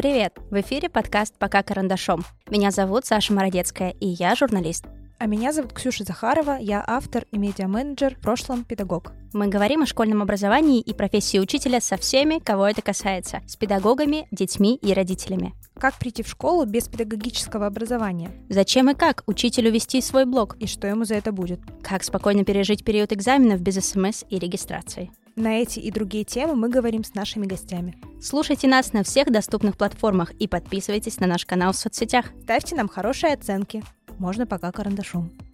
Привет! В эфире подкаст «Пока карандашом». Меня зовут Саша Мародецкая, и я журналист. А меня зовут Ксюша Захарова, я автор и медиа-менеджер, в прошлом педагог. Мы говорим о школьном образовании и профессии учителя со всеми, кого это касается, с педагогами, детьми и родителями. Как прийти в школу без педагогического образования? Зачем и как учителю вести свой блог? И что ему за это будет? Как спокойно пережить период экзаменов без СМС и регистрации? На эти и другие темы мы говорим с нашими гостями. Слушайте нас на всех доступных платформах и подписывайтесь на наш канал в соцсетях. Ставьте нам хорошие оценки. Можно пока карандашом.